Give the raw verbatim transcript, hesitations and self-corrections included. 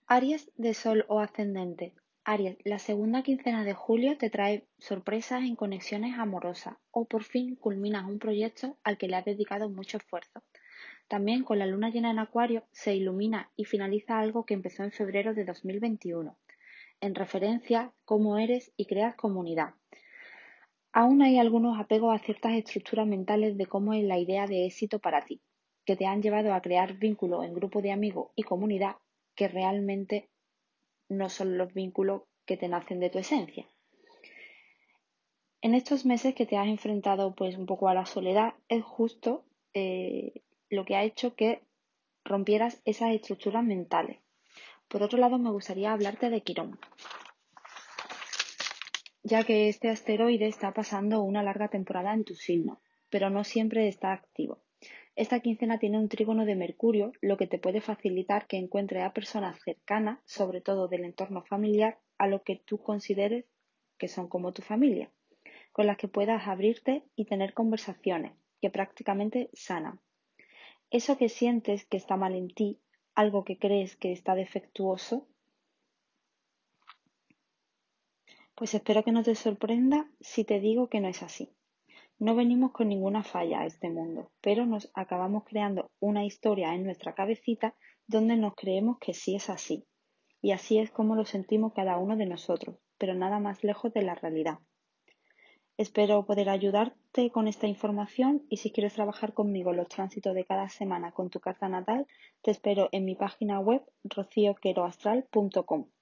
Aries de Sol o Ascendente. Aries, la segunda quincena de julio te trae sorpresas en conexiones amorosas o por fin culminas un proyecto al que le has dedicado mucho esfuerzo. También con la luna llena en Acuario se ilumina y finaliza algo que empezó en febrero de dos mil veintiuno, en referencia a cómo eres y creas comunidad. Aún hay algunos apegos a ciertas estructuras mentales de cómo es la idea de éxito para ti, que te han llevado a crear vínculos en grupo de amigos y comunidad que realmente no son los vínculos que te nacen de tu esencia. En estos meses que te has enfrentado pues un poco a la soledad, es justo eh, lo que ha hecho que rompieras esas estructuras mentales. Por otro lado, me gustaría hablarte de Quirón, ya que este asteroide está pasando una larga temporada en tu signo, pero no siempre está activo. Esta quincena tiene un trígono de Mercurio, lo que te puede facilitar que encuentres a personas cercanas, sobre todo del entorno familiar, a lo que tú consideres que son como tu familia, con las que puedas abrirte y tener conversaciones que prácticamente sanan. Eso que sientes que está mal en ti, algo que crees que está defectuoso, pues espero que no te sorprenda si te digo que no es así. No venimos con ninguna falla a este mundo, pero nos acabamos creando una historia en nuestra cabecita donde nos creemos que sí es así. Y así es como lo sentimos cada uno de nosotros, pero nada más lejos de la realidad. Espero poder ayudarte con esta información y si quieres trabajar conmigo los tránsitos de cada semana con tu carta natal, te espero en mi página web rocío quero astral punto com.